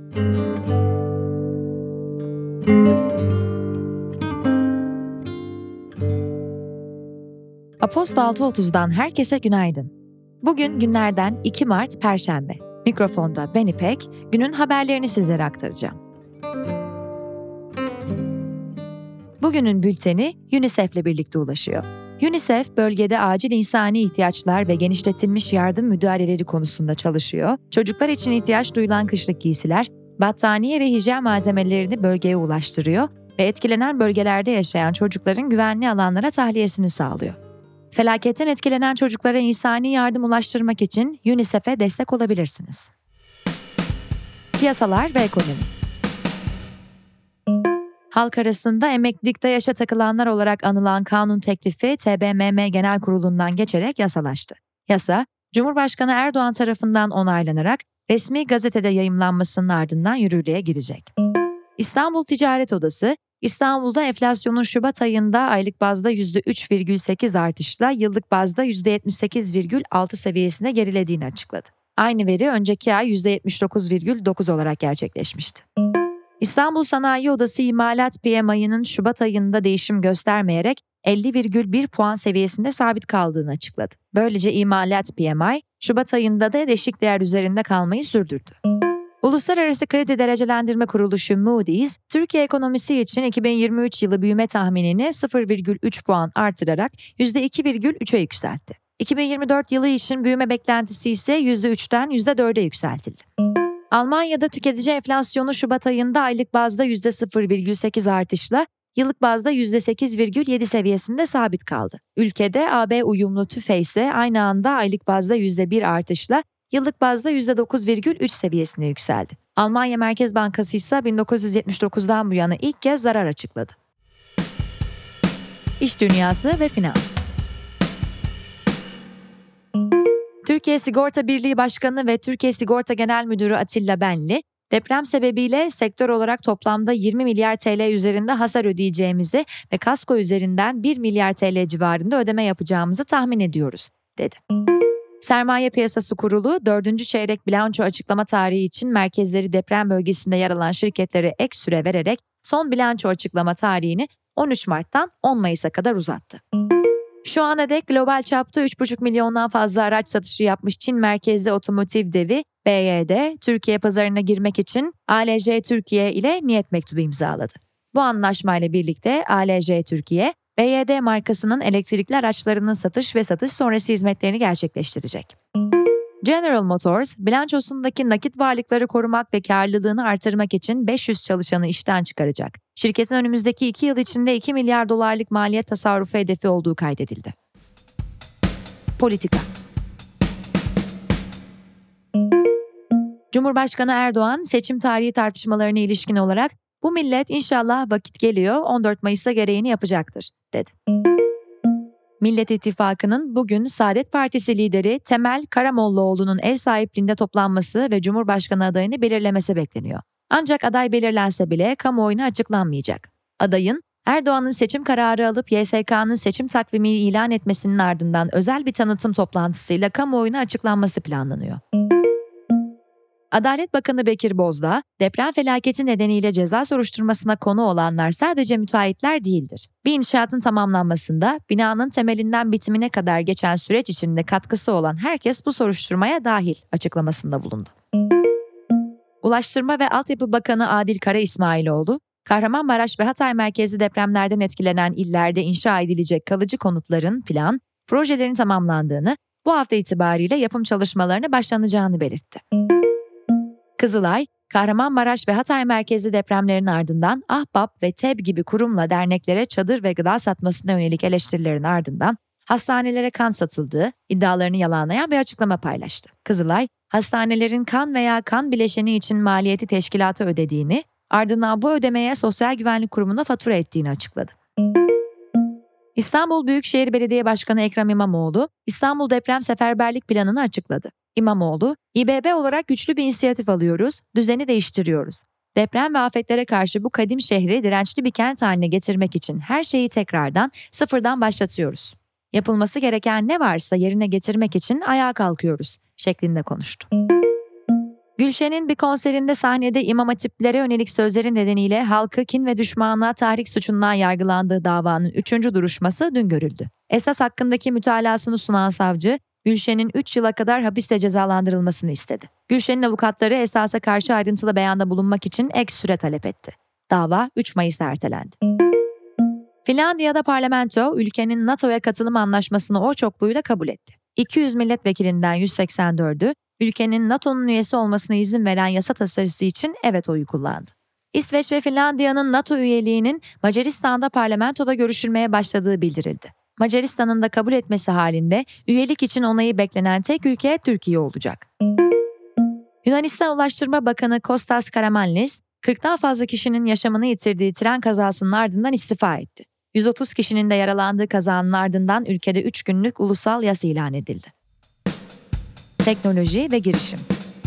Aposto 6.30'dan herkese günaydın. Bugün günlerden 2 Mart Perşembe. Mikrofonda ben İpek, günün haberlerini sizlere aktaracağım. Bugünün bülteni UNICEF'le birlikte ulaşıyor. UNICEF, bölgede acil insani ihtiyaçlar ve genişletilmiş yardım müdahaleleri konusunda çalışıyor. Çocuklar için ihtiyaç duyulan kışlık giysiler, battaniye ve hijyen malzemelerini bölgeye ulaştırıyor ve etkilenen bölgelerde yaşayan çocukların güvenli alanlara tahliyesini sağlıyor. Felaketten etkilenen çocuklara insani yardım ulaştırmak için UNICEF'e destek olabilirsiniz. Piyasalar ve ekonomi. Halk arasında emeklilikte yaşa takılanlar olarak anılan kanun teklifi TBMM Genel Kurulu'ndan geçerek yasalaştı. Yasa, Cumhurbaşkanı Erdoğan tarafından onaylanarak resmi gazetede yayımlanmasının ardından yürürlüğe girecek. İstanbul Ticaret Odası, İstanbul'da enflasyonun Şubat ayında aylık bazda %3,8 artışla yıllık bazda %78,6 seviyesine gerilediğini açıkladı. Aynı veri önceki ay %79,9 olarak gerçekleşmişti. İstanbul Sanayi Odası İmalat PMI'nin Şubat ayında değişim göstermeyerek 50,1 puan seviyesinde sabit kaldığını açıkladı. Böylece İmalat PMI, Şubat ayında da eşik değer üzerinde kalmayı sürdürdü. Uluslararası Kredi Derecelendirme Kuruluşu Moody's, Türkiye ekonomisi için 2023 yılı büyüme tahminini 0,3 puan artırarak %2,3'e yükseltti. 2024 yılı için büyüme beklentisi ise %3'ten %4'e yükseltildi. Almanya'da tüketici enflasyonu Şubat ayında aylık bazda %0,8 artışla yıllık bazda %8,7 seviyesinde sabit kaldı. Ülkede AB uyumlu TÜFE ise aynı anda aylık bazda %1 artışla yıllık bazda %9,3 seviyesine yükseldi. Almanya Merkez Bankası ise 1979'dan bu yana ilk kez zarar açıkladı. İş dünyası ve finans. Türkiye Sigorta Birliği Başkanı ve Türkiye Sigorta Genel Müdürü Atilla Benli, deprem sebebiyle sektör olarak toplamda 20 milyar TL üzerinde hasar ödeyeceğimizi ve kasko üzerinden 1 milyar TL civarında ödeme yapacağımızı tahmin ediyoruz, dedi. Sermaye Piyasası Kurulu, 4. çeyrek bilanço açıklama tarihi için merkezleri deprem bölgesinde yer alan şirketlere ek süre vererek son bilanço açıklama tarihini 13 Mart'tan 10 Mayıs'a kadar uzattı. Şu ana dek global çapta 3,5 milyondan fazla araç satışı yapmış Çin merkezli otomotiv devi BYD, Türkiye pazarına girmek için ALJ Türkiye ile niyet mektubu imzaladı. Bu anlaşmayla birlikte ALJ Türkiye, BYD markasının elektrikli araçlarının satış ve satış sonrası hizmetlerini gerçekleştirecek. General Motors, bilançosundaki nakit varlıkları korumak ve karlılığını artırmak için 500 çalışanı işten çıkaracak. Şirketin önümüzdeki 2 yıl içinde 2 milyar dolarlık maliyet tasarrufu hedefi olduğu kaydedildi. Politika. Cumhurbaşkanı Erdoğan, seçim tarihi tartışmalarına ilişkin olarak "Bu millet inşallah vakit geliyor 14 Mayıs'ta gereğini yapacaktır," dedi. Millet İttifakı'nın bugün Saadet Partisi lideri Temel Karamollaoğlu'nun ev sahipliğinde toplanması ve Cumhurbaşkanı adayını belirlemesi bekleniyor. Ancak aday belirlense bile kamuoyuna açıklanmayacak. Adayın, Erdoğan'ın seçim kararı alıp YSK'nın seçim takvimini ilan etmesinin ardından özel bir tanıtım toplantısıyla kamuoyuna açıklanması planlanıyor. Adalet Bakanı Bekir Bozdağ, deprem felaketi nedeniyle ceza soruşturmasına konu olanlar sadece müteahhitler değildir. Bir inşaatın tamamlanmasında binanın temelinden bitimine kadar geçen süreç içinde katkısı olan herkes bu soruşturmaya dahil açıklamasında bulundu. Ulaştırma ve Altyapı Bakanı Adil Kara İsmailoğlu, Kahramanmaraş ve Hatay merkezli depremlerden etkilenen illerde inşa edilecek kalıcı konutların plan, projelerin tamamlandığını, bu hafta itibariyle yapım çalışmalarına başlanacağını belirtti. Kızılay, Kahramanmaraş ve Hatay merkezli depremlerin ardından Ahbap ve TEB gibi kurumla derneklere çadır ve gıda satmasına yönelik eleştirilerin ardından hastanelere kan satıldığı iddialarını yalanlayan bir açıklama paylaştı. Kızılay, hastanelerin kan veya kan bileşeni için maliyeti teşkilata ödediğini, ardından bu ödemeye Sosyal Güvenlik Kurumu'na fatura ettiğini açıkladı. İstanbul Büyükşehir Belediye Başkanı Ekrem İmamoğlu, İstanbul Deprem Seferberlik Planı'nı açıkladı. İmamoğlu, İBB olarak güçlü bir inisiyatif alıyoruz, düzeni değiştiriyoruz. Deprem ve afetlere karşı bu kadim şehri dirençli bir kent haline getirmek için her şeyi tekrardan, sıfırdan başlatıyoruz. Yapılması gereken ne varsa yerine getirmek için ayağa kalkıyoruz, şeklinde konuştu. Gülşen'in bir konserinde sahnede İmam Hatiplere yönelik sözleri nedeniyle halkı kin ve düşmanlığa tahrik suçundan yargılandığı davanın 3. duruşması dün görüldü. Esas hakkındaki mütalasını sunan savcı, Gülşen'in 3 yıla kadar hapiste cezalandırılmasını istedi. Gülşen'in avukatları esasa karşı ayrıntılı beyanda bulunmak için ek süre talep etti. Dava 3 Mayıs'a ertelendi. Finlandiya'da parlamento, ülkenin NATO'ya katılım anlaşmasını oy çokluğuyla kabul etti. 200 milletvekilinden 184'ü, ülkenin NATO'nun üyesi olmasına izin veren yasa tasarısı için evet oyu kullandı. İsveç ve Finlandiya'nın NATO üyeliğinin Macaristan'da parlamentoda görüşülmeye başladığı bildirildi. Macaristan'ın da kabul etmesi halinde üyelik için onayı beklenen tek ülke Türkiye olacak. Yunanistan Ulaştırma Bakanı Kostas Karamanlis, 40'tan fazla kişinin yaşamını yitirdiği tren kazasının ardından istifa etti. 130 kişinin de yaralandığı kazanın ardından ülkede 3 günlük ulusal yas ilan edildi. Teknoloji ve girişim.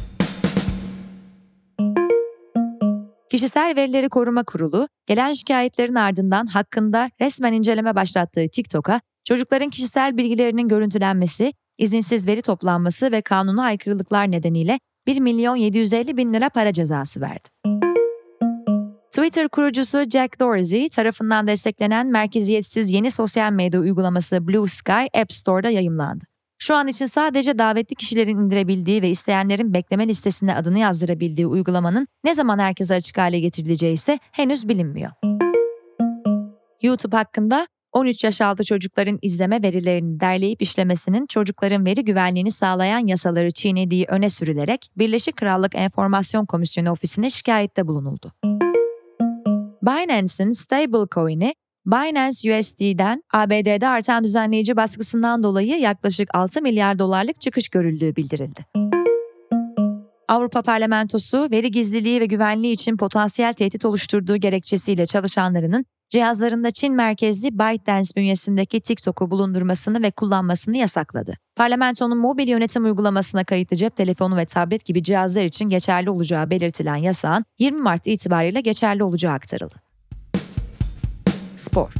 Kişisel Verileri Koruma Kurulu, gelen şikayetlerin ardından hakkında resmen inceleme başlattığı TikTok'a çocukların kişisel bilgilerinin görüntülenmesi, izinsiz veri toplanması ve kanuna aykırılıklar nedeniyle 1.750.000 lira para cezası verdi. Twitter kurucusu Jack Dorsey tarafından desteklenen merkeziyetsiz yeni sosyal medya uygulaması Blue Sky App Store'da yayımlandı. Şu an için sadece davetli kişilerin indirebildiği ve isteyenlerin bekleme listesine adını yazdırabildiği uygulamanın ne zaman herkese açık hale getirileceği ise henüz bilinmiyor. YouTube hakkında 13 yaş altı çocukların izleme verilerini derleyip işlemesinin çocukların veri güvenliğini sağlayan yasaları çiğnediği öne sürülerek Birleşik Krallık Enformasyon Komisyonu ofisine şikayette bulunuldu. Binance'in stablecoin'i Binance USD'den ABD'de artan düzenleyici baskısından dolayı yaklaşık 6 milyar dolarlık çıkış görüldüğü bildirildi. Avrupa Parlamentosu, veri gizliliği ve güvenliği için potansiyel tehdit oluşturduğu gerekçesiyle çalışanlarının cihazlarında Çin merkezli ByteDance bünyesindeki TikTok'u bulundurmasını ve kullanmasını yasakladı. Parlamentonun mobil yönetim uygulamasına kayıtlı cep telefonu ve tablet gibi cihazlar için geçerli olacağı belirtilen yasağın 20 Mart itibariyle geçerli olacağı aktarıldı. Spor.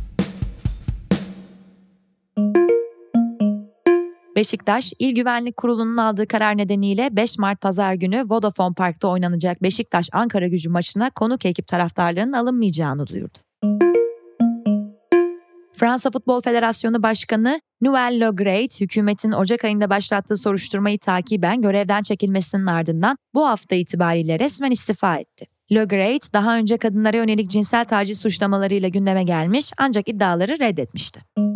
Beşiktaş, İl Güvenlik Kurulu'nun aldığı karar nedeniyle 5 Mart Pazar günü Vodafone Park'ta oynanacak Beşiktaş-Ankara-Gücü maçına konuk ekip taraftarlarının alınmayacağını duyurdu. Fransa Futbol Federasyonu Başkanı Noël Le Graët, hükümetin Ocak ayında başlattığı soruşturmayı takiben görevden çekilmesinin ardından bu hafta itibariyle resmen istifa etti. Le Graët, daha önce kadınlara yönelik cinsel taciz suçlamalarıyla gündeme gelmiş ancak iddiaları reddetmişti.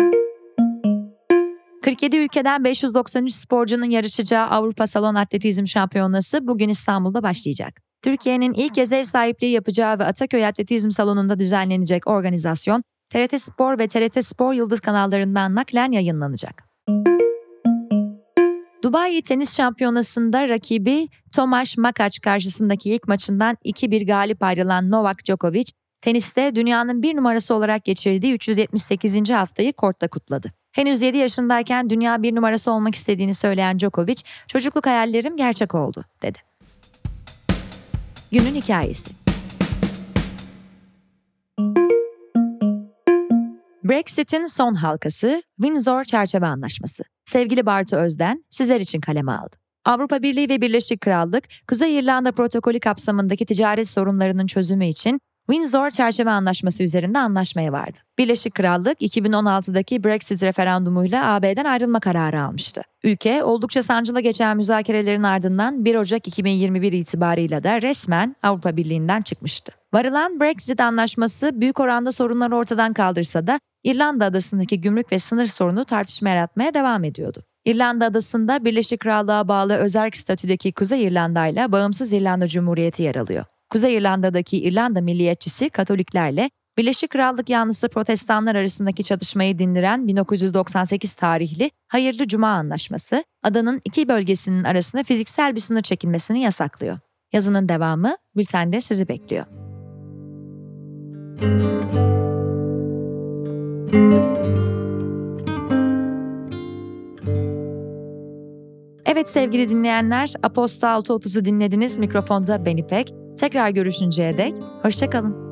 47 ülkeden 593 sporcunun yarışacağı Avrupa Salon Atletizm Şampiyonası bugün İstanbul'da başlayacak. Türkiye'nin ilk kez ev sahipliği yapacağı ve Ataköy Atletizm Salonu'nda düzenlenecek organizasyon, TRT Spor ve TRT Spor Yıldız kanallarından naklen yayınlanacak. Dubai Tenis Şampiyonası'nda rakibi Tomasz Makac karşısındaki ilk maçından 2-1 galip ayrılan Novak Djokovic, teniste dünyanın bir numarası olarak geçirdiği 378. haftayı kortta kutladı. Henüz 7 yaşındayken dünya bir numarası olmak istediğini söyleyen Djokovic, "Çocukluk hayallerim gerçek oldu," dedi. Günün hikayesi. Brexit'in son halkası, Windsor Çerçeve Anlaşması. Sevgili Bartu Özden, sizler için kaleme aldı. Avrupa Birliği ve Birleşik Krallık, Kuzey İrlanda protokolü kapsamındaki ticaret sorunlarının çözümü için Windsor Çerçeve Anlaşması üzerinde anlaşmaya vardı. Birleşik Krallık, 2016'daki Brexit referandumuyla AB'den ayrılma kararı almıştı. Ülke, oldukça sancılı geçen müzakerelerin ardından 1 Ocak 2021 itibarıyla da resmen Avrupa Birliği'nden çıkmıştı. Varılan Brexit anlaşması büyük oranda sorunları ortadan kaldırsa da İrlanda adasındaki gümrük ve sınır sorunu tartışma yaratmaya devam ediyordu. İrlanda adasında Birleşik Krallığa bağlı özerk statüdeki Kuzey İrlanda ile Bağımsız İrlanda Cumhuriyeti yer alıyor. Kuzey İrlanda'daki İrlanda milliyetçisi Katoliklerle Birleşik Krallık yanlısı Protestanlar arasındaki çatışmayı dindiren 1998 tarihli Hayırlı Cuma Anlaşması, adanın iki bölgesinin arasında fiziksel bir sınır çekilmesini yasaklıyor. Yazının devamı bültende sizi bekliyor. Evet sevgili dinleyenler, Aposto 6.30'u dinlediniz. Mikrofonda ben İpek. Tekrar görüşünceye dek hoşça kalın.